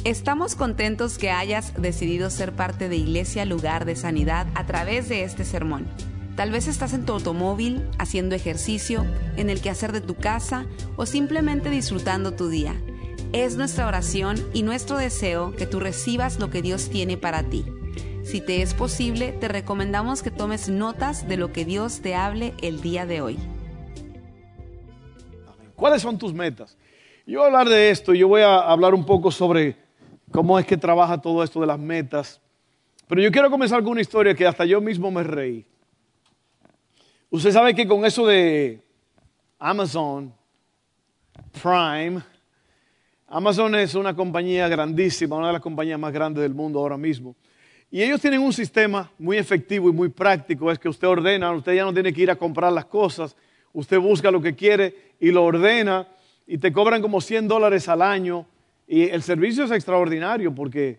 Estamos contentos que hayas decidido ser parte de Iglesia Lugar de Sanidad a través de este sermón. Tal vez estás en tu automóvil, haciendo ejercicio, en el quehacer de tu casa o simplemente disfrutando tu día. Es nuestra oración y nuestro deseo que tú recibas lo que Dios tiene para ti. Si te es posible, te recomendamos que tomes notas de lo que Dios te hable el día de hoy. ¿Cuáles son tus metas? Yo voy a hablar de esto, yo voy a hablar un poco sobre cómo es que trabaja todo esto de las metas. Pero yo quiero comenzar con una historia que hasta yo mismo me reí. Usted sabe que con eso de Amazon Prime, Amazon es una compañía grandísima, una de las compañías más grandes del mundo ahora mismo. Y ellos tienen un sistema muy efectivo y muy práctico, es que usted ordena, usted ya no tiene que ir a comprar las cosas, usted busca lo que quiere y lo ordena y te cobran como $100 al año. Y el servicio es extraordinario porque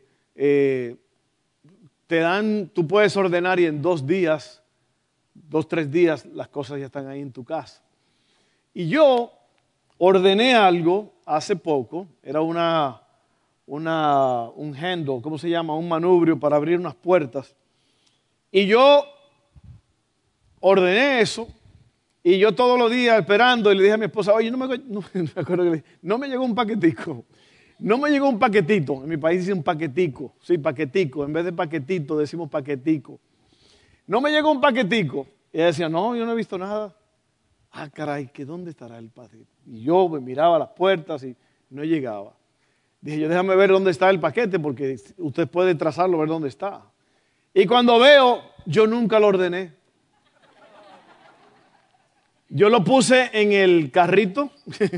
tú puedes ordenar y en 2 días, 2-3 días, las cosas ya están ahí en tu casa. Y yo ordené algo hace poco, era un handle, ¿cómo se llama? Un manubrio para abrir unas puertas. Y yo ordené eso y yo todos los días esperando y le dije a mi esposa, oye, no me llegó un paquetico. No me llegó un paquetito, en mi país dicen paquetico, sí, paquetico, en vez de paquetito decimos paquetico. No me llegó un paquetico. Y ella decía, no, yo no he visto nada. Ah, caray, ¿que dónde estará el paquete? Y yo me miraba a las puertas y no llegaba. Dije yo, déjame ver dónde está el paquete porque usted puede trazarlo, ver dónde está. Y cuando veo, yo nunca lo ordené. Yo lo puse en el carrito.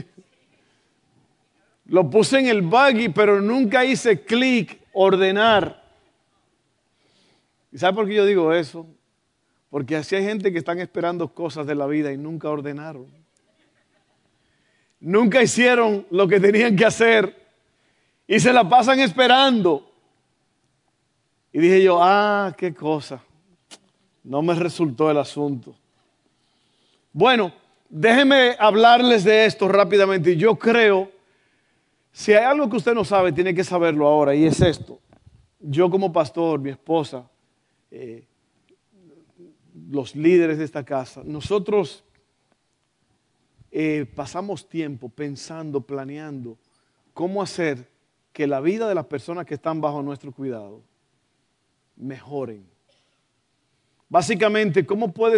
Lo puse en el buggy, pero nunca hice clic, ordenar. ¿Y sabe por qué yo digo eso? Porque así hay gente que están esperando cosas de la vida y nunca ordenaron. Nunca hicieron lo que tenían que hacer y se la pasan esperando. Y dije yo, qué cosa. No me resultó el asunto. Bueno, déjenme hablarles de esto rápidamente. Yo creo, si hay algo que usted no sabe, tiene que saberlo ahora, y es esto. Yo como pastor, mi esposa, los líderes de esta casa, nosotros pasamos tiempo pensando, planeando cómo hacer que la vida de las personas que están bajo nuestro cuidado mejoren. Básicamente, ¿cómo puede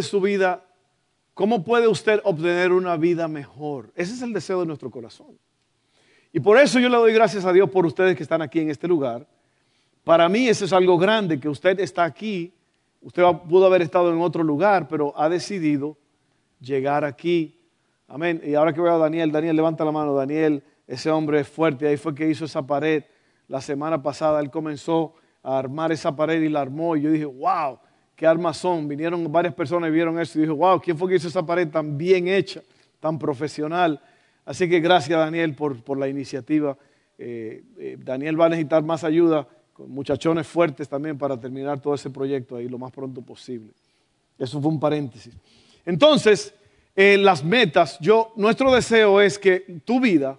usted obtener una vida mejor? Ese es el deseo de nuestro corazón. Y por eso yo le doy gracias a Dios por ustedes que están aquí en este lugar. Para mí eso es algo grande, que usted está aquí. Usted pudo haber estado en otro lugar, pero ha decidido llegar aquí. Amén. Y ahora que veo a Daniel, levanta la mano. Daniel, ese hombre es fuerte. Ahí fue que hizo esa pared la semana pasada. Él comenzó a armar esa pared y la armó. Y yo dije, wow, qué armazón. Vinieron varias personas y vieron eso. Y dije, wow, ¿quién fue que hizo esa pared tan bien hecha, tan profesional? Así que gracias, Daniel, por la iniciativa. Daniel va a necesitar más ayuda, con muchachones fuertes también para terminar todo ese proyecto ahí lo más pronto posible. Eso fue un paréntesis. Entonces, las metas, nuestro deseo es que tu vida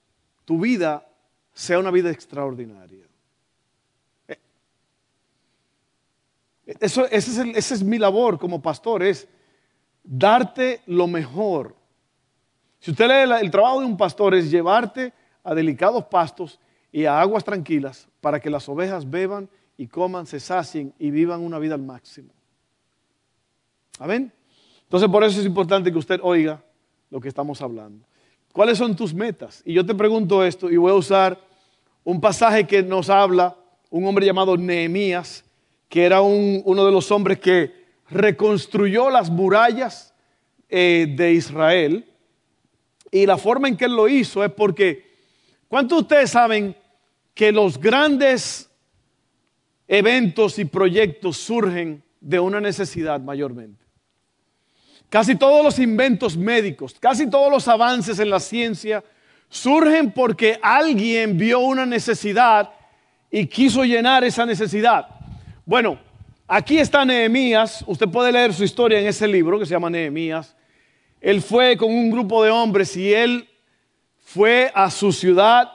sea una vida extraordinaria. Esa es mi labor como pastor, es darte lo mejor. Si usted lee el trabajo de un pastor es llevarte a delicados pastos y a aguas tranquilas para que las ovejas beban y coman, se sacien y vivan una vida al máximo. ¿Amén? Entonces por eso es importante que usted oiga lo que estamos hablando. ¿Cuáles son tus metas? Y yo te pregunto esto y voy a usar un pasaje que nos habla un hombre llamado Nehemías, que era uno de los hombres que reconstruyó las murallas de Israel. Y la forma en que él lo hizo es porque, ¿cuántos de ustedes saben que los grandes eventos y proyectos surgen de una necesidad mayormente? Casi todos los inventos médicos, casi todos los avances en la ciencia surgen porque alguien vio una necesidad y quiso llenar esa necesidad. Bueno, aquí está Nehemías, usted puede leer su historia en ese libro que se llama Nehemías. Él fue con un grupo de hombres y él fue a su ciudad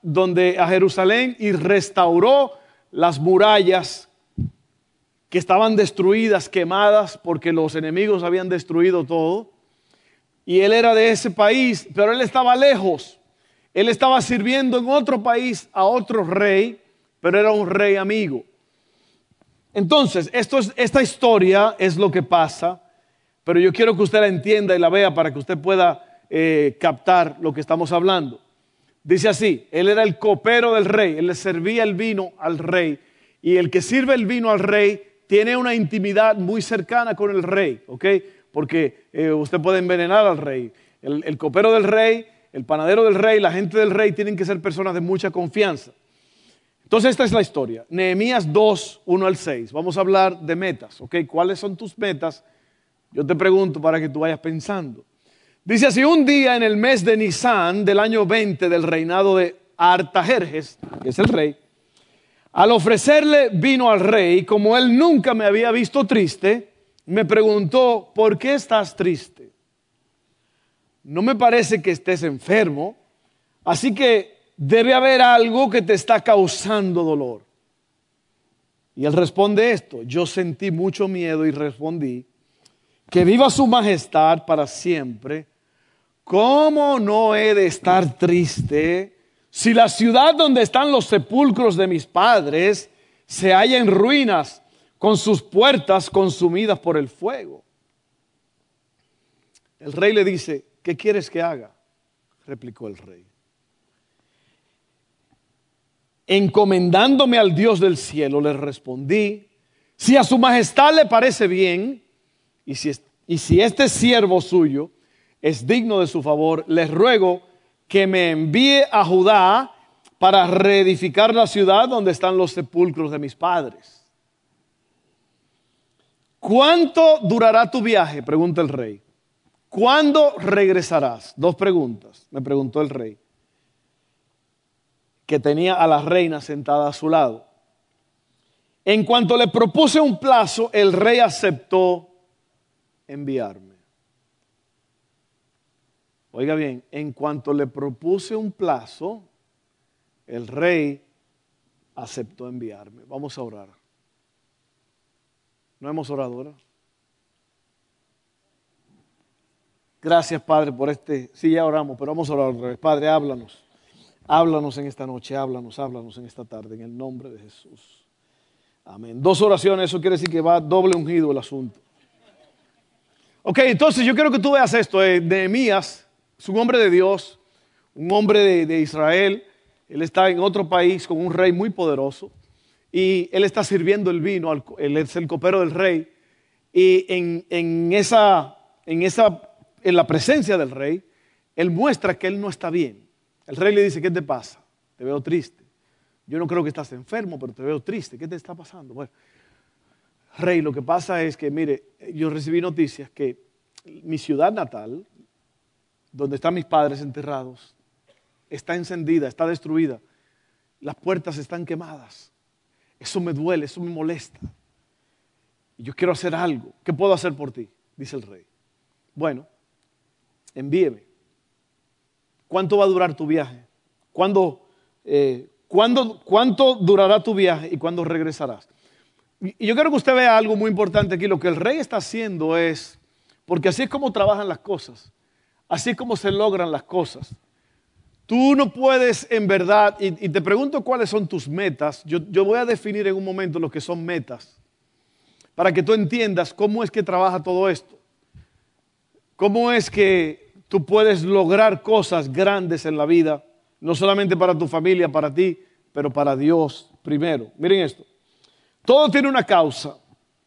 a Jerusalén y restauró las murallas que estaban destruidas, quemadas, porque los enemigos habían destruido todo. Y él era de ese país, pero él estaba lejos. Él estaba sirviendo en otro país a otro rey, pero era un rey amigo. Entonces, esta historia es lo que pasa, pero yo quiero que usted la entienda y la vea para que usted pueda captar lo que estamos hablando. Dice así, él era el copero del rey, él le servía el vino al rey, y el que sirve el vino al rey tiene una intimidad muy cercana con el rey, ¿ok? Porque usted puede envenenar al rey. El copero del rey, el panadero del rey, la gente del rey tienen que ser personas de mucha confianza. Entonces esta es la historia. Nehemías 2, 1 al 6. Vamos a hablar de metas, ¿ok? ¿Cuáles son tus metas? Yo te pregunto para que tú vayas pensando. Dice así, un día en el mes de Nisán del año 20 del reinado de Artajerjes, que es el rey, al ofrecerle vino al rey, como él nunca me había visto triste, me preguntó, ¿por qué estás triste? No me parece que estés enfermo, así que debe haber algo que te está causando dolor. Y él responde esto, yo sentí mucho miedo y respondí, que viva su majestad para siempre. ¿Cómo no he de estar triste si la ciudad donde están los sepulcros de mis padres se halla en ruinas, con sus puertas consumidas por el fuego? El rey le dice, ¿qué quieres que haga? Replicó el rey. Encomendándome al Dios del cielo, le respondí, si a su majestad le parece bien, y si este siervo suyo es digno de su favor, les ruego que me envíe a Judá para reedificar la ciudad donde están los sepulcros de mis padres. ¿Cuánto durará tu viaje? Pregunta el rey. ¿Cuándo regresarás? Dos preguntas, me preguntó el rey, que tenía a la reina sentada a su lado. En cuanto le propuse un plazo, el rey aceptó enviarme. Oiga bien, en cuanto le propuse un plazo, el rey aceptó enviarme. Vamos a orar. ¿No hemos orado ahora? Gracias, Padre, por sí, ya oramos, pero vamos a orar otra vez. Padre, háblanos. Háblanos en esta noche, háblanos en esta tarde, en el nombre de Jesús. Amén. 2 oraciones, eso quiere decir que va doble ungido el asunto. Ok, entonces yo quiero que tú veas esto. Nehemías es un hombre de Dios, un hombre de Israel. Él está en otro país con un rey muy poderoso y él está sirviendo el vino, él es el copero del rey. Y en la presencia del rey, él muestra que él no está bien. El rey le dice, ¿qué te pasa? Te veo triste. Yo no creo que estás enfermo, pero te veo triste. ¿Qué te está pasando? Bueno, rey, lo que pasa es que, mire, yo recibí noticias que mi ciudad natal, donde están mis padres enterrados, está encendida, está destruida. Las puertas están quemadas. Eso me duele, eso me molesta. Y yo quiero hacer algo. ¿Qué puedo hacer por ti? Dice el rey. Bueno, envíeme. ¿Cuánto va a durar tu viaje? ¿Cuánto durará tu viaje y cuándo regresarás? Y yo quiero que usted vea algo muy importante aquí. Lo que el rey está haciendo es, porque así es como trabajan las cosas, así es como se logran las cosas. Tú no puedes en verdad, y te pregunto cuáles son tus metas. Yo voy a definir en un momento lo que son metas, para que tú entiendas cómo es que trabaja todo esto. Cómo es que tú puedes lograr cosas grandes en la vida, no solamente para tu familia, para ti, pero para Dios primero. Miren esto, todo tiene una causa.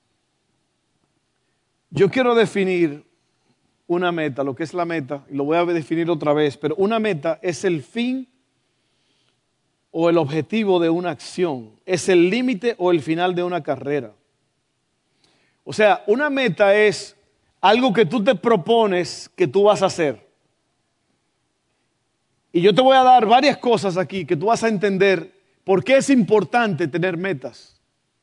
Yo quiero definir una meta, lo que es la meta, y lo voy a definir otra vez, pero una meta es el fin o el objetivo de una acción, es el límite o el final de una carrera. O sea, una meta es algo que tú te propones que tú vas a hacer. Y yo te voy a dar varias cosas aquí que tú vas a entender por qué es importante tener metas.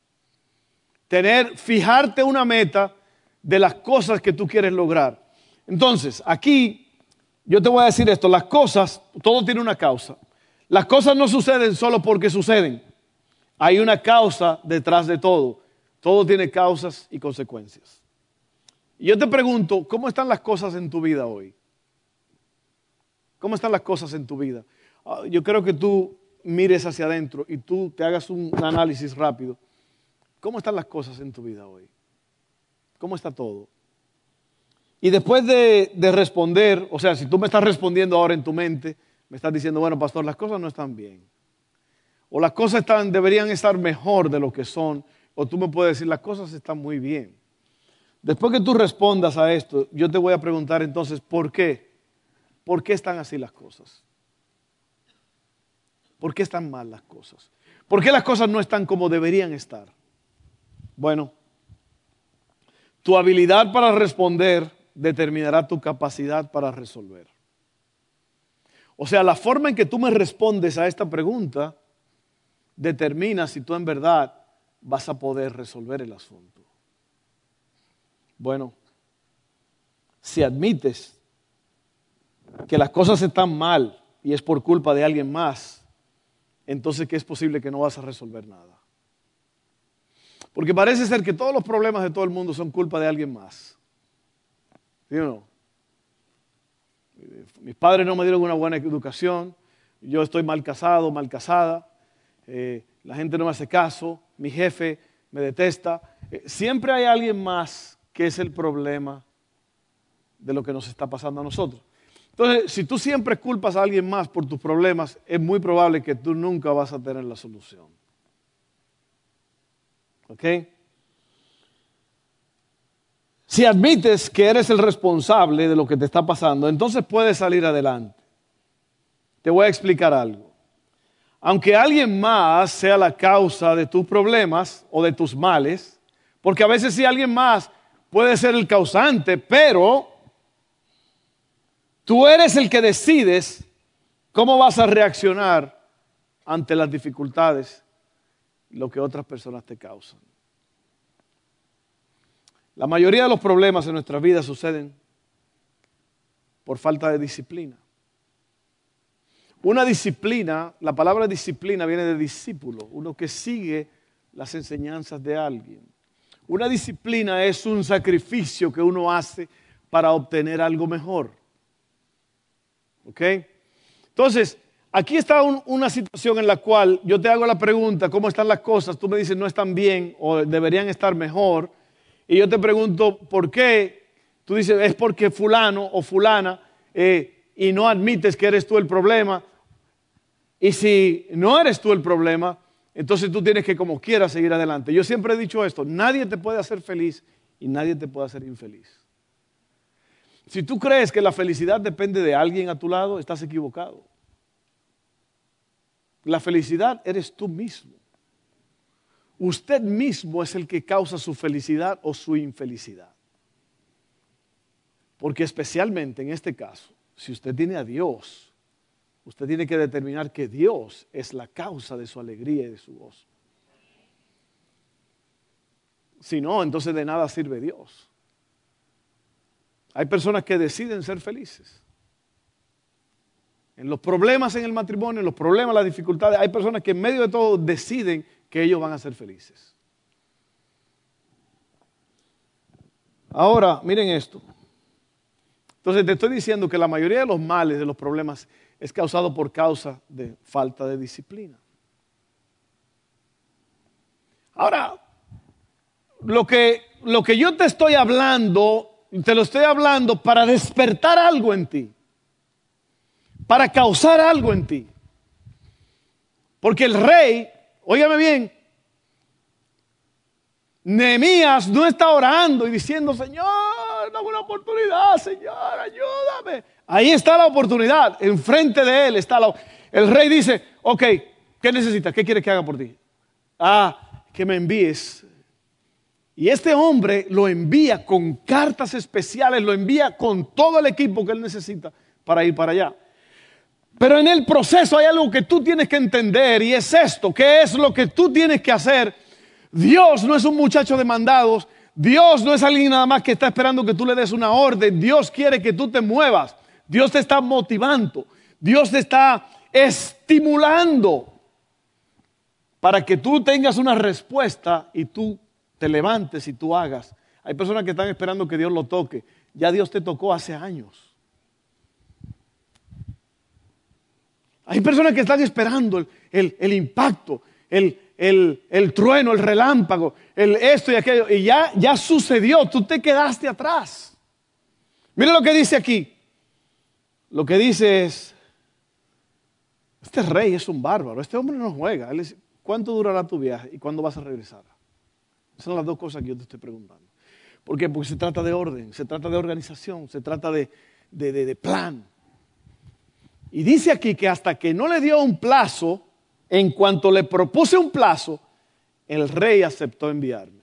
Fijarte una meta de las cosas que tú quieres lograr. Entonces, aquí yo te voy a decir esto, las cosas, todo tiene una causa. Las cosas no suceden solo porque suceden. Hay una causa detrás de todo. Todo tiene causas y consecuencias. Y yo te pregunto, ¿cómo están las cosas en tu vida hoy? ¿Cómo están las cosas en tu vida? Yo creo que tú mires hacia adentro y tú te hagas un análisis rápido. ¿Cómo están las cosas en tu vida hoy? ¿Cómo está todo? Y después de responder, o sea, si tú me estás respondiendo ahora en tu mente, me estás diciendo, bueno, pastor, las cosas no están bien. O las cosas deberían estar mejor de lo que son. O tú me puedes decir, las cosas están muy bien. Después que tú respondas a esto, yo te voy a preguntar entonces, ¿por qué? ¿Por qué están así las cosas? ¿Por qué están mal las cosas? ¿Por qué las cosas no están como deberían estar? Bueno, tu habilidad para responder determinará tu capacidad para resolver. O sea, la forma en que tú me respondes a esta pregunta determina si tú en verdad vas a poder resolver el asunto. Bueno, si admites que las cosas están mal y es por culpa de alguien más, entonces que es posible que no vas a resolver nada. Porque parece ser que todos los problemas de todo el mundo son culpa de alguien más. ¿Sí o no? Mis padres no me dieron una buena educación, yo estoy mal casado, mal casada, la gente no me hace caso, mi jefe me detesta. Siempre hay alguien más que es el problema de lo que nos está pasando a nosotros. Entonces, si tú siempre culpas a alguien más por tus problemas, es muy probable que tú nunca vas a tener la solución. ¿Ok? Si admites que eres el responsable de lo que te está pasando, entonces puedes salir adelante. Te voy a explicar algo. Aunque alguien más sea la causa de tus problemas o de tus males, porque a veces sí alguien más puede ser el causante, pero tú eres el que decides cómo vas a reaccionar ante las dificultades, lo que otras personas te causan. La mayoría de los problemas en nuestras vidas suceden por falta de disciplina. Una disciplina, la palabra disciplina viene de discípulo, uno que sigue las enseñanzas de alguien. Una disciplina es un sacrificio que uno hace para obtener algo mejor. ¿Ok? Entonces, aquí está una situación en la cual yo te hago la pregunta, ¿cómo están las cosas? Tú me dices, no están bien o deberían estar mejor. Y yo te pregunto, ¿por qué? Tú dices, es porque fulano o fulana y no admites que eres tú el problema. Y si no eres tú el problema, entonces tú tienes que como quieras seguir adelante. Yo siempre he dicho esto, nadie te puede hacer feliz y nadie te puede hacer infeliz. Si tú crees que la felicidad depende de alguien a tu lado, estás equivocado. La felicidad eres tú mismo. Usted mismo es el que causa su felicidad o su infelicidad. Porque especialmente en este caso, si usted tiene a Dios, usted tiene que determinar que Dios es la causa de su alegría y de su gozo. Si no, entonces de nada sirve Dios. Hay personas que deciden ser felices. En los problemas en el matrimonio, en los problemas, las dificultades, hay personas que en medio de todo deciden que ellos van a ser felices. Ahora, miren esto. Entonces te estoy diciendo que la mayoría de los males, de los problemas, es causado por causa de falta de disciplina. Ahora, lo que yo te estoy hablando, te lo estoy hablando para despertar algo en ti, para causar algo en ti. Porque el rey, óigame bien, Nehemías no está orando y diciendo, Señor, dame una oportunidad, Señor, ayúdame. Ahí está la oportunidad, enfrente de él está el rey dice, ok, ¿qué necesitas? ¿Qué quieres que haga por ti? Que me envíes. Y este hombre lo envía con cartas especiales, lo envía con todo el equipo que él necesita para ir para allá. Pero en el proceso hay algo que tú tienes que entender y es esto, ¿qué es lo que tú tienes que hacer? Dios no es un muchacho de mandados, Dios no es alguien nada más que está esperando que tú le des una orden, Dios quiere que tú te muevas, Dios te está motivando, Dios te está estimulando para que tú tengas una respuesta y tú te levantes y tú hagas. Hay personas que están esperando que Dios lo toque. Ya Dios te tocó hace años. Hay personas que están esperando el impacto, el trueno, el relámpago, esto y aquello. Y ya sucedió, tú te quedaste atrás. Mira lo que dice aquí. Lo que dice es, este rey es un bárbaro, este hombre no juega. Él dice, ¿cuánto durará tu viaje y cuándo vas a regresar? Esas son las dos cosas que yo te estoy preguntando. ¿Por qué? Porque se trata de orden, se trata de organización, se trata de plan. Y dice aquí que hasta que no le dio un plazo, en cuanto le propuse un plazo, el rey aceptó enviarme.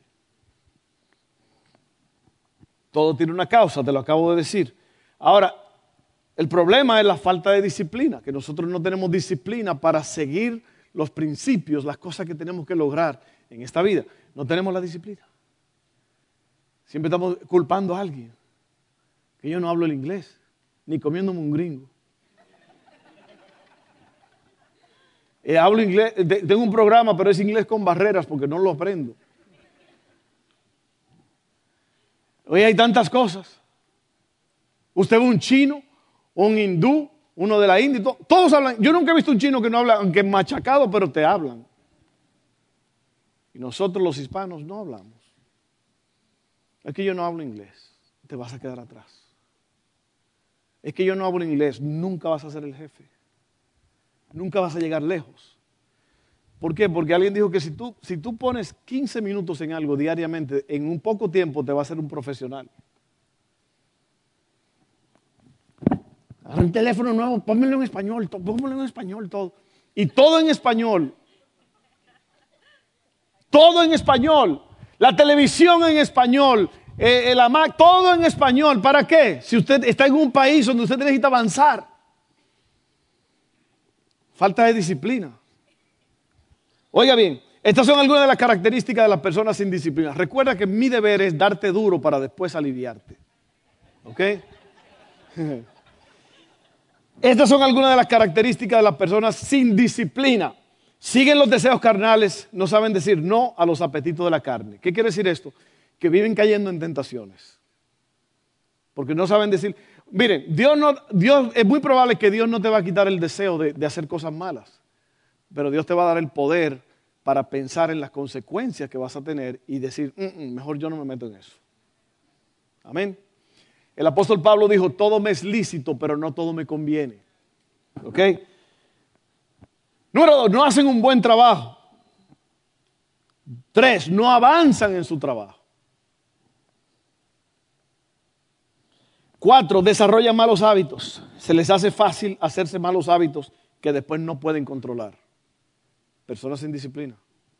Todo tiene una causa, te lo acabo de decir. Ahora, el problema es la falta de disciplina, que nosotros no tenemos disciplina para seguir los principios, las cosas que tenemos que lograr en esta vida. No tenemos la disciplina. Siempre estamos culpando a alguien. Que yo no hablo el inglés, ni comiéndome un gringo. Hablo inglés, tengo un programa, pero es inglés con barreras porque no lo aprendo. Hoy hay tantas cosas. Usted ve un chino, un hindú, uno de la India, todos hablan. Yo nunca he visto un chino que no habla, aunque es machacado, pero te hablan. Y nosotros los hispanos no hablamos. Es que yo no hablo inglés, te vas a quedar atrás. Es que yo no hablo inglés, nunca vas a ser el jefe. Nunca vas a llegar lejos. ¿Por qué? Porque alguien dijo que si tú pones 15 minutos en algo diariamente, en un poco tiempo te va a ser un profesional. Ahora un teléfono nuevo, pónmelo en español, pónmelo en español todo. Y todo en español. Todo en español. La televisión en español. La Mac, todo en español. ¿Para qué? Si usted está en un país donde usted necesita avanzar. Falta de disciplina. Oiga bien, estas son algunas de las características de las personas sin disciplina. Recuerda que mi deber es darte duro para después aliviarte. ¿Ok? Estas son algunas de las características de las personas sin disciplina. Siguen los deseos carnales, no saben decir no a los apetitos de la carne. ¿Qué quiere decir esto? Que viven cayendo en tentaciones. Porque no saben decir... Miren, Dios es muy probable que Dios no te va a quitar el deseo de hacer cosas malas, pero Dios te va a dar el poder para pensar en las consecuencias que vas a tener y decir, mejor yo no me meto en eso. Amén. El apóstol Pablo dijo, todo me es lícito, pero no todo me conviene. ¿Ok? Número 2, no hacen un buen trabajo. 3, no avanzan en su trabajo. 4, desarrollan malos hábitos. Se les hace fácil hacerse malos hábitos que después no pueden controlar. Personas sin disciplina.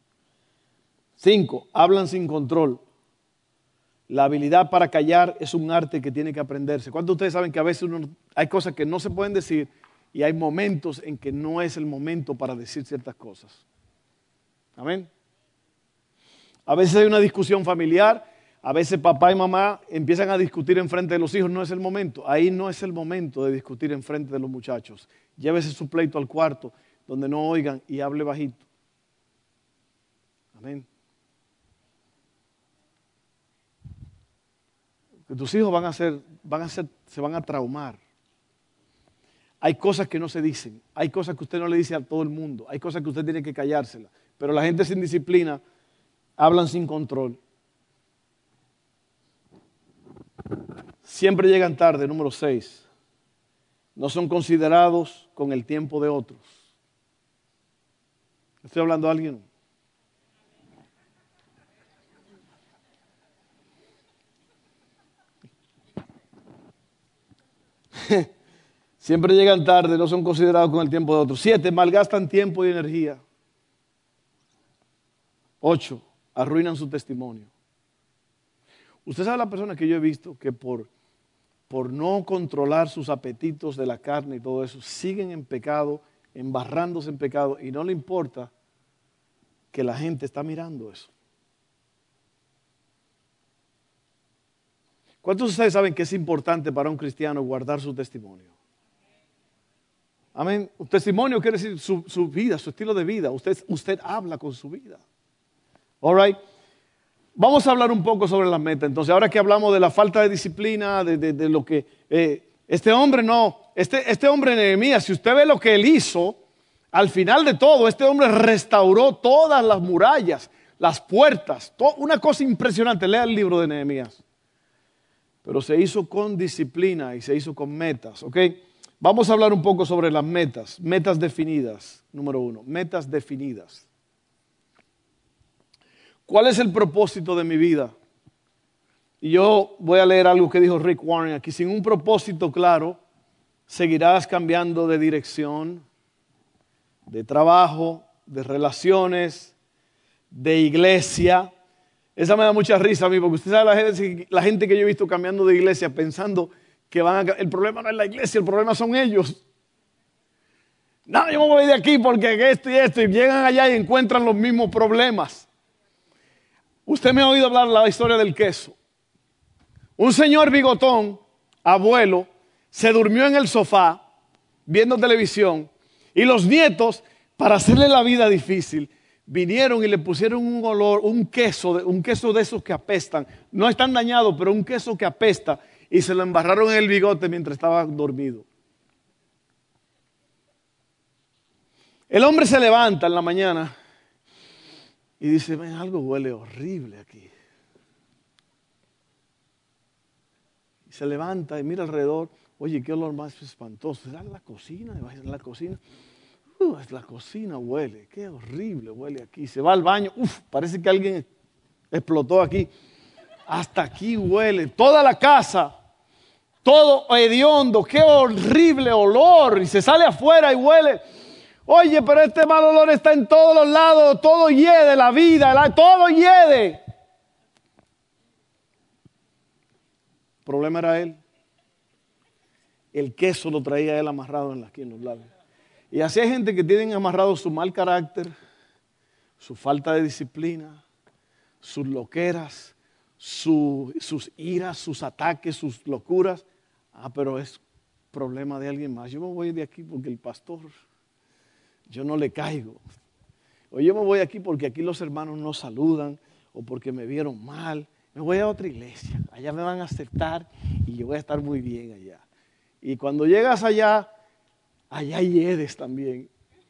5, hablan sin control. La habilidad para callar es un arte que tiene que aprenderse. ¿Cuántos de ustedes saben que a veces hay cosas que no se pueden decir y hay momentos en que no es el momento para decir ciertas cosas? Amén. A veces hay una discusión familiar. A veces papá y mamá empiezan a discutir en frente de los hijos, no es el momento. Ahí no es el momento de discutir en frente de los muchachos. Llévese su pleito al cuarto donde no oigan y hable bajito. Amén. Que tus hijos se van a traumar. Hay cosas que no se dicen, hay cosas que usted no le dice a todo el mundo, hay cosas que usted tiene que callárselas. Pero la gente sin disciplina hablan sin control. Siempre llegan tarde, número 6. No son considerados con el tiempo de otros. ¿Estoy hablando a alguien? Siempre llegan tarde, no son considerados con el tiempo de otros. 7, malgastan tiempo y energía. 8, arruinan su testimonio. Usted sabe la persona que yo he visto que por no controlar sus apetitos de la carne y todo eso, siguen en pecado, embarrándose en pecado y no le importa que la gente está mirando eso. ¿Cuántos de ustedes saben que es importante para un cristiano guardar su testimonio? Amén. Un testimonio quiere decir su vida, su estilo de vida. Usted habla con su vida. All right. Vamos a hablar un poco sobre las metas. Entonces, ahora que hablamos de la falta de disciplina, de lo que este hombre Nehemías, si usted ve lo que él hizo, al final de todo, este hombre restauró todas las murallas, las puertas, una cosa impresionante. Lea el libro de Nehemías. Pero se hizo con disciplina y se hizo con metas, ¿ok? Vamos a hablar un poco sobre las metas. Metas definidas, número 1. Metas definidas. ¿Cuál es el propósito de mi vida? Y yo voy a leer algo que dijo Rick Warren aquí. Sin un propósito claro, seguirás cambiando de dirección, de trabajo, de relaciones, de iglesia. Esa me da mucha risa a mí, porque usted sabe la gente que yo he visto cambiando de iglesia pensando que el problema no es la iglesia, el problema son ellos. No, yo me voy de aquí porque esto y esto, y llegan allá y encuentran los mismos problemas. Usted me ha oído hablar la historia del queso. Un señor bigotón, abuelo, se durmió en el sofá viendo televisión y los nietos, para hacerle la vida difícil, vinieron y le pusieron un queso de esos que apestan. No están dañados, pero un queso que apesta, y se lo embarraron en el bigote mientras estaba dormido. El hombre se levanta en la mañana y dice, algo huele horrible aquí. Y se levanta y mira alrededor. Oye, qué olor más espantoso. ¿Será la cocina? ¿Es la cocina? La cocina huele. Qué horrible huele aquí. Se va al baño. Parece que alguien explotó aquí. Hasta aquí huele. Toda la casa. Todo hediondo. Qué horrible olor. Y se sale afuera y huele. Oye, pero este mal olor está en todos los lados. Todo hiede la vida. Todo hiede. El problema era él. El queso lo traía él amarrado aquí en los labios. Y así hay gente que tienen amarrado su mal carácter, su falta de disciplina, sus loqueras, sus iras, sus ataques, sus locuras. Pero es problema de alguien más. Yo me voy de aquí porque el pastor, yo no le caigo. O yo me voy aquí porque aquí los hermanos no saludan, o porque me vieron mal. Me voy a otra iglesia. Allá me van a aceptar y yo voy a estar muy bien allá. Y cuando llegas allá hiedes también.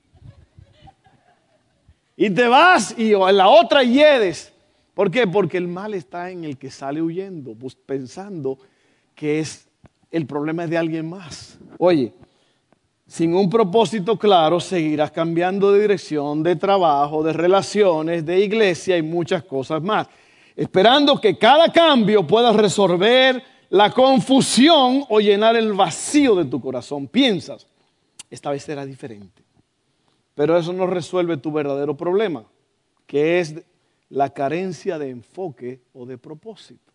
Y te vas y en la otra hiedes. ¿Por qué? Porque el mal está en el que sale huyendo, pues pensando que el problema es de alguien más. Oye, sin un propósito claro seguirás cambiando de dirección, de trabajo, de relaciones, de iglesia y muchas cosas más. Esperando que cada cambio pueda resolver la confusión o llenar el vacío de tu corazón. Piensas, esta vez será diferente. Pero eso no resuelve tu verdadero problema, que es la carencia de enfoque o de propósito.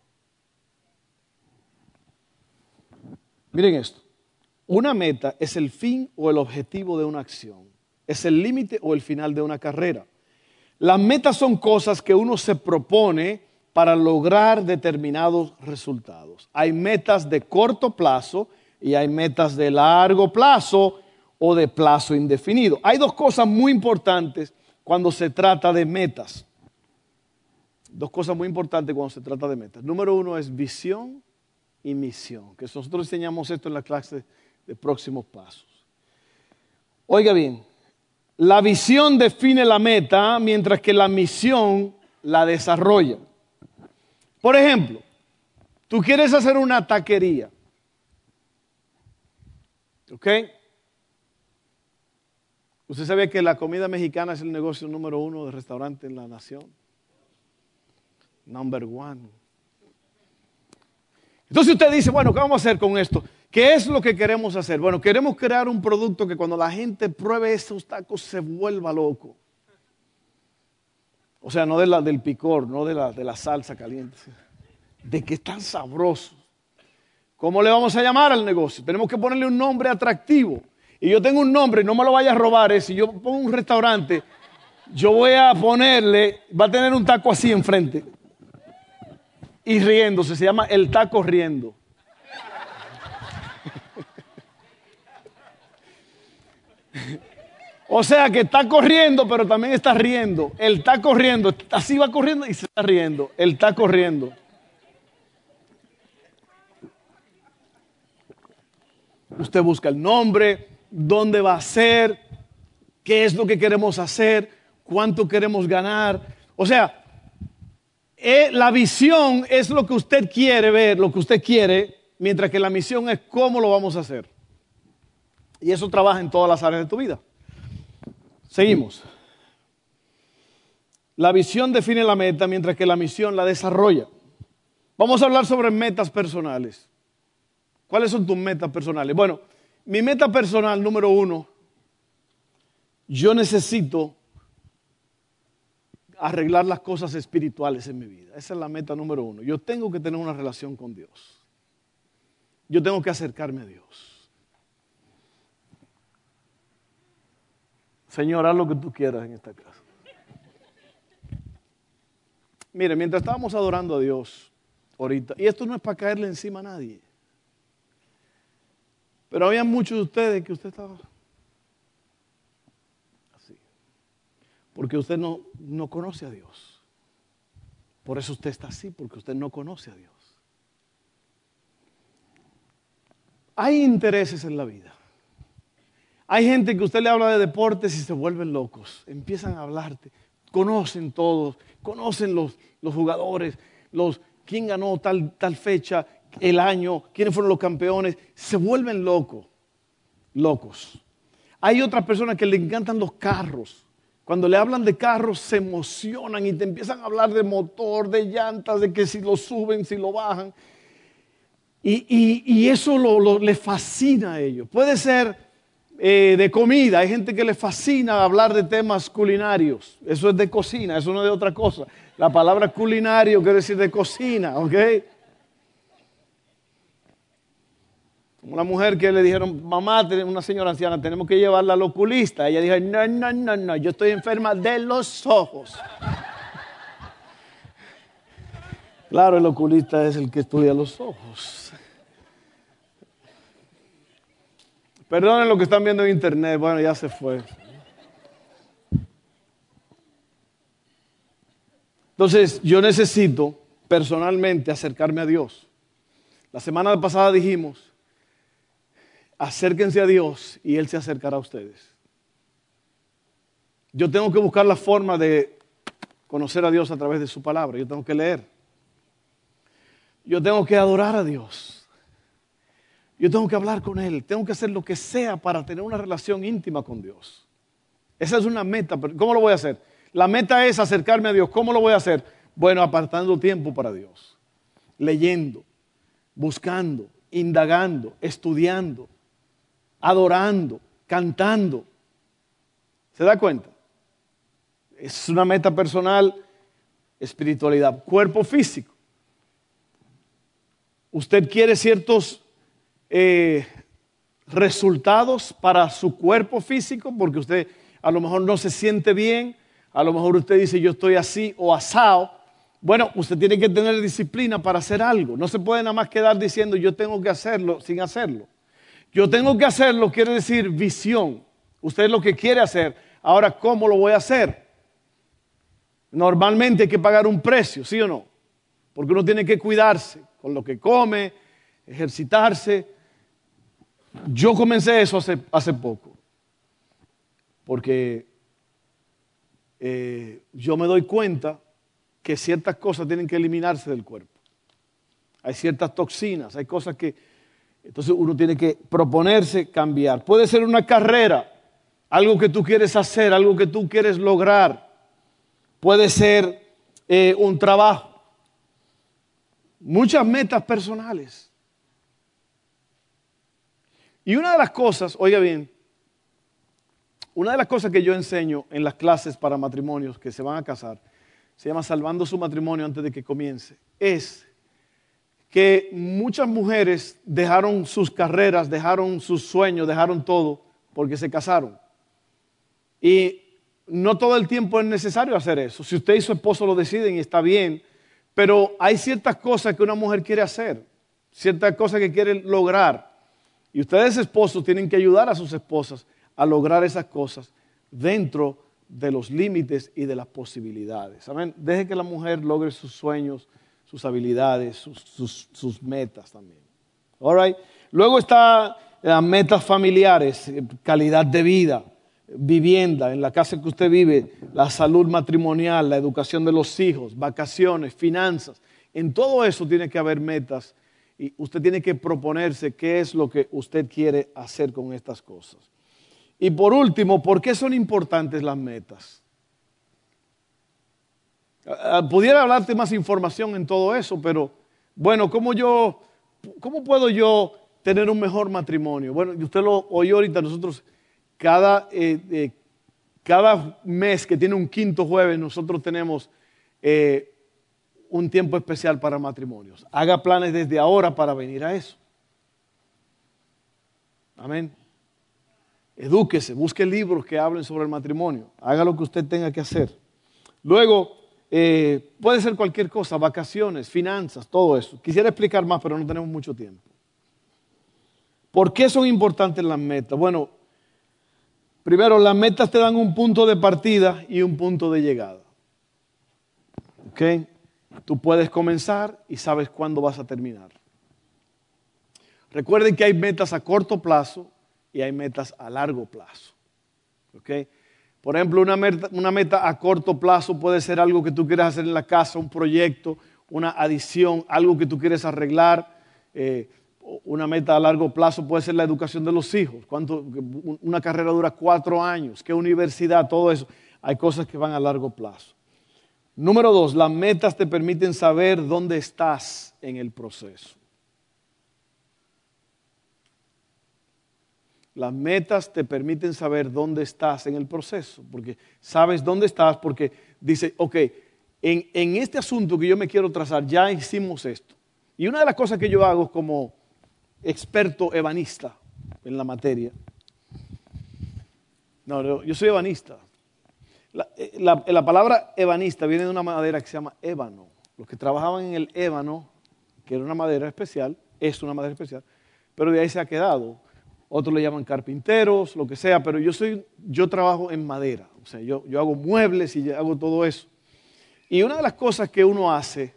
Miren esto. Una meta es el fin o el objetivo de una acción. Es el límite o el final de una carrera. Las metas son cosas que uno se propone para lograr determinados resultados. Hay metas de corto plazo y hay metas de largo plazo o de plazo indefinido. Hay dos cosas muy importantes cuando se trata de metas. Dos cosas muy importantes cuando se trata de metas. Número 1 es visión y misión, que nosotros enseñamos esto en la clase de próximos pasos. Oiga bien, la visión define la meta, mientras que la misión la desarrolla. Por ejemplo, tú quieres hacer una taquería, ¿ok? ¿Usted sabe que la comida mexicana es el negocio número 1 de restaurante en la nación? Number 1. Entonces usted dice, bueno, ¿qué vamos a hacer con esto? ¿Qué es lo que queremos hacer? Bueno, queremos crear un producto que cuando la gente pruebe esos tacos se vuelva loco. O sea, no del picor, no de la salsa caliente, de que están sabrosos. ¿Cómo le vamos a llamar al negocio? Tenemos que ponerle un nombre atractivo. Y yo tengo un nombre, no me lo vaya a robar, si yo pongo un restaurante, yo voy a ponerle, va a tener un taco así enfrente. Y riéndose, se llama El Taco Riendo. O sea que está corriendo, pero también está riendo. Él está corriendo, así va corriendo y se está riendo. Él está corriendo. Usted busca el nombre, dónde va a ser, qué es lo que queremos hacer, cuánto queremos ganar. O sea, la visión es lo que usted quiere ver, lo que usted quiere, mientras que la misión es cómo lo vamos a hacer. Y eso trabaja en todas las áreas de tu vida. Seguimos. La visión define la meta, mientras que la misión la desarrolla. Vamos a hablar sobre metas personales. ¿Cuáles son tus metas personales? Bueno, mi meta personal número 1, yo necesito arreglar las cosas espirituales en mi vida. Esa es la meta número 1. Yo tengo que tener una relación con Dios. Yo tengo que acercarme a Dios. Señor, haz lo que tú quieras en esta casa. Mire, mientras estábamos adorando a Dios ahorita, y esto no es para caerle encima a nadie, pero había muchos de ustedes que usted estaba así, porque usted no conoce a Dios. Por eso usted está así, porque usted no conoce a Dios. Hay intereses en la vida. Hay gente que usted le habla de deportes y se vuelven locos. Empiezan a hablarte. Conocen todos. Conocen los jugadores. Quién ganó tal fecha, el año. Quiénes fueron los campeones. Se vuelven locos. Hay otras personas que le encantan los carros. Cuando le hablan de carros se emocionan y te empiezan a hablar de motor, de llantas, de que si lo suben, si lo bajan. Y eso le fascina a ellos. Puede ser de comida. Hay gente que le fascina hablar de temas culinarios. Eso es de cocina, eso no es de otra cosa. La palabra culinario quiere decir de cocina, ¿ok? Como una mujer que le dijeron, mamá, una señora anciana, tenemos que llevarla al oculista. Ella dijo, no, yo estoy enferma de los ojos. Claro, el oculista es el que estudia los ojos. Perdonen lo que están viendo en internet, bueno, ya se fue. Entonces, yo necesito personalmente acercarme a Dios. La semana pasada dijimos, acérquense a Dios y Él se acercará a ustedes. Yo tengo que buscar la forma de conocer a Dios a través de su palabra. Yo tengo que leer. Yo tengo que adorar a Dios. Yo tengo que hablar con Él, tengo que hacer lo que sea para tener una relación íntima con Dios. Esa es una meta, pero ¿cómo lo voy a hacer? La meta es acercarme a Dios. ¿Cómo lo voy a hacer? Bueno, apartando tiempo para Dios, leyendo, buscando, indagando, estudiando, adorando, cantando. ¿Se da cuenta? Es una meta personal, espiritualidad, cuerpo físico. Usted quiere ciertos resultados para su cuerpo físico, porque usted a lo mejor no se siente bien, a lo mejor usted dice yo estoy así o asado. Bueno, usted tiene que tener disciplina para hacer algo. No se puede nada más quedar diciendo yo tengo que hacerlo sin hacerlo. Yo tengo que hacerlo quiere decir visión. Usted es lo que quiere hacer. Ahora, ¿cómo lo voy a hacer? Normalmente hay que pagar un precio, ¿sí o no? Porque uno tiene que cuidarse con lo que come, ejercitarse. Yo comencé eso hace poco, porque yo me doy cuenta que ciertas cosas tienen que eliminarse del cuerpo. Hay ciertas toxinas, hay cosas que entonces uno tiene que proponerse cambiar. Puede ser una carrera, algo que tú quieres hacer, algo que tú quieres lograr. Puede ser un trabajo. Muchas metas personales. Y una de las cosas, oiga bien, una de las cosas que yo enseño en las clases para matrimonios que se van a casar, se llama Salvando su matrimonio antes de que comience, es que muchas mujeres dejaron sus carreras, dejaron sus sueños, dejaron todo porque se casaron. Y no todo el tiempo es necesario hacer eso. Si usted y su esposo lo deciden y está bien, pero hay ciertas cosas que una mujer quiere hacer, ciertas cosas que quiere lograr. Y ustedes esposos tienen que ayudar a sus esposas a lograr esas cosas dentro de los límites y de las posibilidades. Amén. Deje que la mujer logre sus sueños, sus habilidades, sus metas también. All right. Luego está las metas familiares, calidad de vida, vivienda, en la casa que usted vive, la salud matrimonial, la educación de los hijos, vacaciones, finanzas. En todo eso tiene que haber metas y usted tiene que proponerse qué es lo que usted quiere hacer con estas cosas. Y por último, ¿por qué son importantes las metas? Pudiera hablarte más información en todo eso, pero bueno, ¿cómo puedo yo tener un mejor matrimonio? Bueno, usted lo oyó ahorita, nosotros cada mes que tiene un quinto jueves, nosotros tenemos un tiempo especial para matrimonios. Haga planes desde ahora para venir a eso. Amén. Edúquese, busque libros que hablen sobre el matrimonio. Haga lo que usted tenga que hacer. Luego, puede ser cualquier cosa, vacaciones, finanzas, todo eso. Quisiera explicar más, pero no tenemos mucho tiempo. ¿Por qué son importantes las metas? Bueno, primero, las metas te dan un punto de partida y un punto de llegada. ¿Ok? Tú puedes comenzar y sabes cuándo vas a terminar. Recuerden que hay metas a corto plazo y hay metas a largo plazo. ¿Okay? Por ejemplo, una meta a corto plazo puede ser algo que tú quieres hacer en la casa, un proyecto, una adición, algo que tú quieres arreglar. Una meta a largo plazo puede ser la educación de los hijos. Una carrera dura 4 años, ¿qué universidad? Todo eso. Hay cosas que van a largo plazo. Número 2, las metas te permiten saber dónde estás en el proceso. Las metas te permiten saber dónde estás en el proceso, porque sabes dónde estás, porque dice, ok, en este asunto que yo me quiero trazar, ya hicimos esto. Y una de las cosas que yo hago como experto ebanista en la materia, yo soy ebanista. La palabra ebanista viene de una madera que se llama ébano. Los que trabajaban en el ébano, que era una madera especial, es una madera especial, pero de ahí se ha quedado. Otros le llaman carpinteros, lo que sea, pero yo trabajo en madera. O sea, yo hago muebles y hago todo eso. Y una de las cosas que uno hace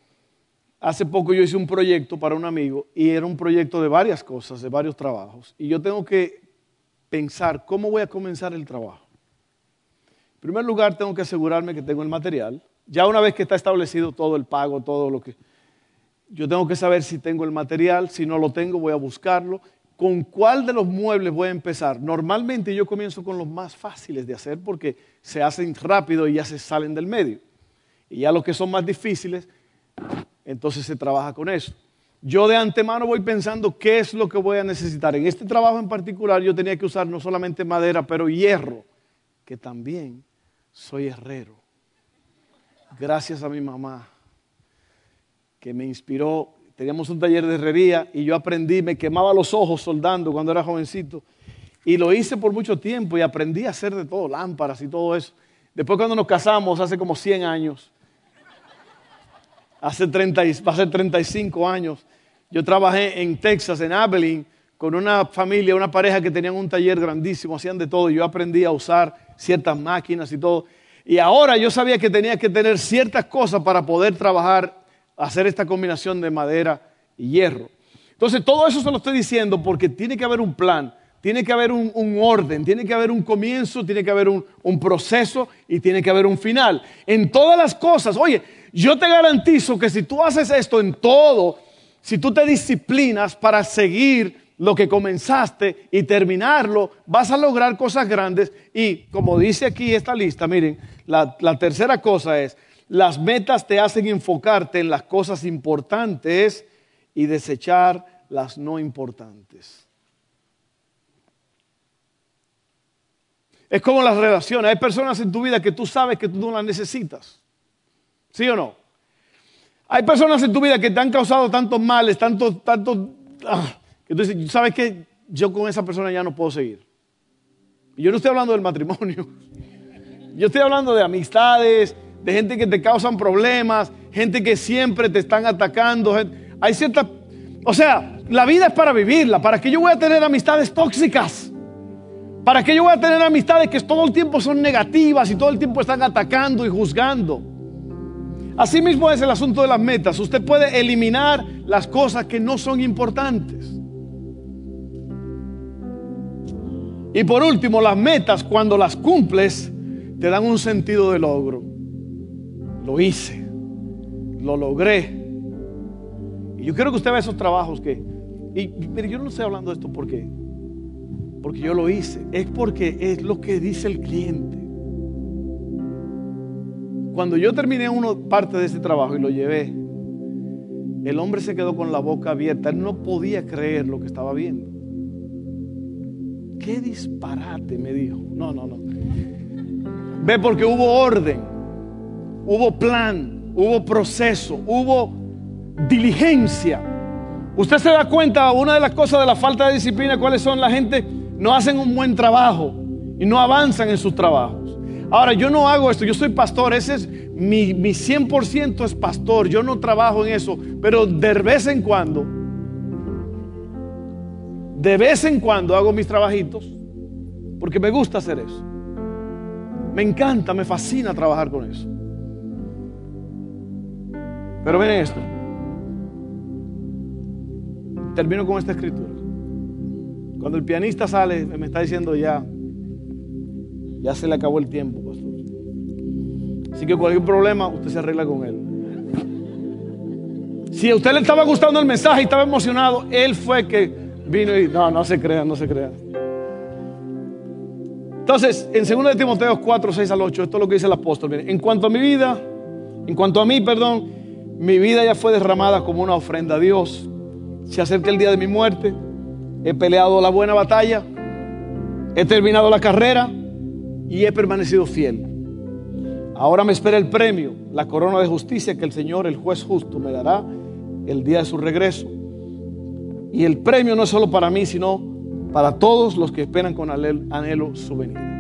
poco yo hice un proyecto para un amigo y era un proyecto de varias cosas, de varios trabajos. Y yo tengo que pensar cómo voy a comenzar el trabajo. En primer lugar, tengo que asegurarme que tengo el material. Ya una vez que está establecido todo el pago, todo lo que... Yo tengo que saber si tengo el material, si no lo tengo voy a buscarlo. ¿Con cuál de los muebles voy a empezar? Normalmente yo comienzo con los más fáciles de hacer porque se hacen rápido y ya se salen del medio. Y ya los que son más difíciles, entonces se trabaja con eso. Yo de antemano voy pensando qué es lo que voy a necesitar. En este trabajo en particular yo tenía que usar no solamente madera, pero hierro, que también soy herrero. Gracias a mi mamá, que me inspiró. Teníamos un taller de herrería y yo aprendí, me quemaba los ojos soldando cuando era jovencito. Y lo hice por mucho tiempo y aprendí a hacer de todo, lámparas y todo eso. Después cuando nos casamos, hace como 100 años, va a ser 35 años, yo trabajé en Texas, en Abilene, con una familia, una pareja que tenían un taller grandísimo, hacían de todo. Y yo aprendí a usar ciertas máquinas y todo. Y ahora yo sabía que tenía que tener ciertas cosas para poder trabajar, hacer esta combinación de madera y hierro. Entonces todo eso se lo estoy diciendo porque tiene que haber un plan, tiene que haber un orden, tiene que haber un comienzo, tiene que haber un proceso y tiene que haber un final. En todas las cosas, oye, yo te garantizo que si tú haces esto en todo, si tú te disciplinas para seguir lo que comenzaste y terminarlo, vas a lograr cosas grandes. Y como dice aquí esta lista, miren, la tercera cosa es, las metas te hacen enfocarte en las cosas importantes y desechar las no importantes. Es como las relaciones. Hay personas en tu vida que tú sabes que tú no las necesitas. ¿Sí o no? Hay personas en tu vida que te han causado tantos males, que tú dices, ¿sabes qué? Yo con esa persona ya no puedo seguir. Y yo no estoy hablando del matrimonio. Yo estoy hablando de amistades, de gente que te causan problemas, gente que siempre te están atacando. Hay ciertas... O sea, la vida es para vivirla. ¿Para qué yo voy a tener amistades tóxicas? ¿Para qué yo voy a tener amistades que todo el tiempo son negativas y todo el tiempo están atacando y juzgando? Así mismo es el asunto de las metas. Usted puede eliminar las cosas que no son importantes. Y por último, las metas, cuando las cumples, te dan un sentido de logro. Lo hice, lo logré. Y yo quiero que usted vea esos trabajos mire, yo no estoy hablando de esto porque yo lo hice, es porque es lo que dice el cliente. Cuando yo terminé parte de ese trabajo y lo llevé, el hombre se quedó con la boca abierta. Él no podía creer lo que estaba viendo. ¡Qué disparate!, me dijo. No. Ve, porque hubo orden, hubo plan, hubo proceso, hubo diligencia. Usted se da cuenta, una de las cosas de la falta de disciplina, ¿cuáles son? La gente no hacen un buen trabajo y no avanzan en sus trabajos. Ahora, yo no hago esto, yo soy pastor, ese es mi 100% es pastor, yo no trabajo en eso, pero de vez en cuando hago mis trabajitos, porque me gusta hacer eso. Me encanta, me fascina trabajar con eso. Pero miren esto. Termino con esta escritura. Cuando el pianista sale, me está diciendo ya se le acabó el tiempo, pastor. Así que cualquier problema, usted se arregla con él. Si a usted le estaba gustando el mensaje y estaba emocionado, él fue que vino y no se crea. Entonces, en 2 Timoteo 4, 6 al 8, esto es lo que dice el apóstol. Miren, en cuanto a mí, mi vida ya fue derramada como una ofrenda a Dios. Se acerca el día de mi muerte. He peleado la buena batalla, he terminado la carrera y he permanecido fiel. Ahora me espera el premio, la corona de justicia que el Señor, el juez justo, me dará el día de su regreso. Y el premio no es solo para mí, sino para todos los que esperan con anhelo su venida.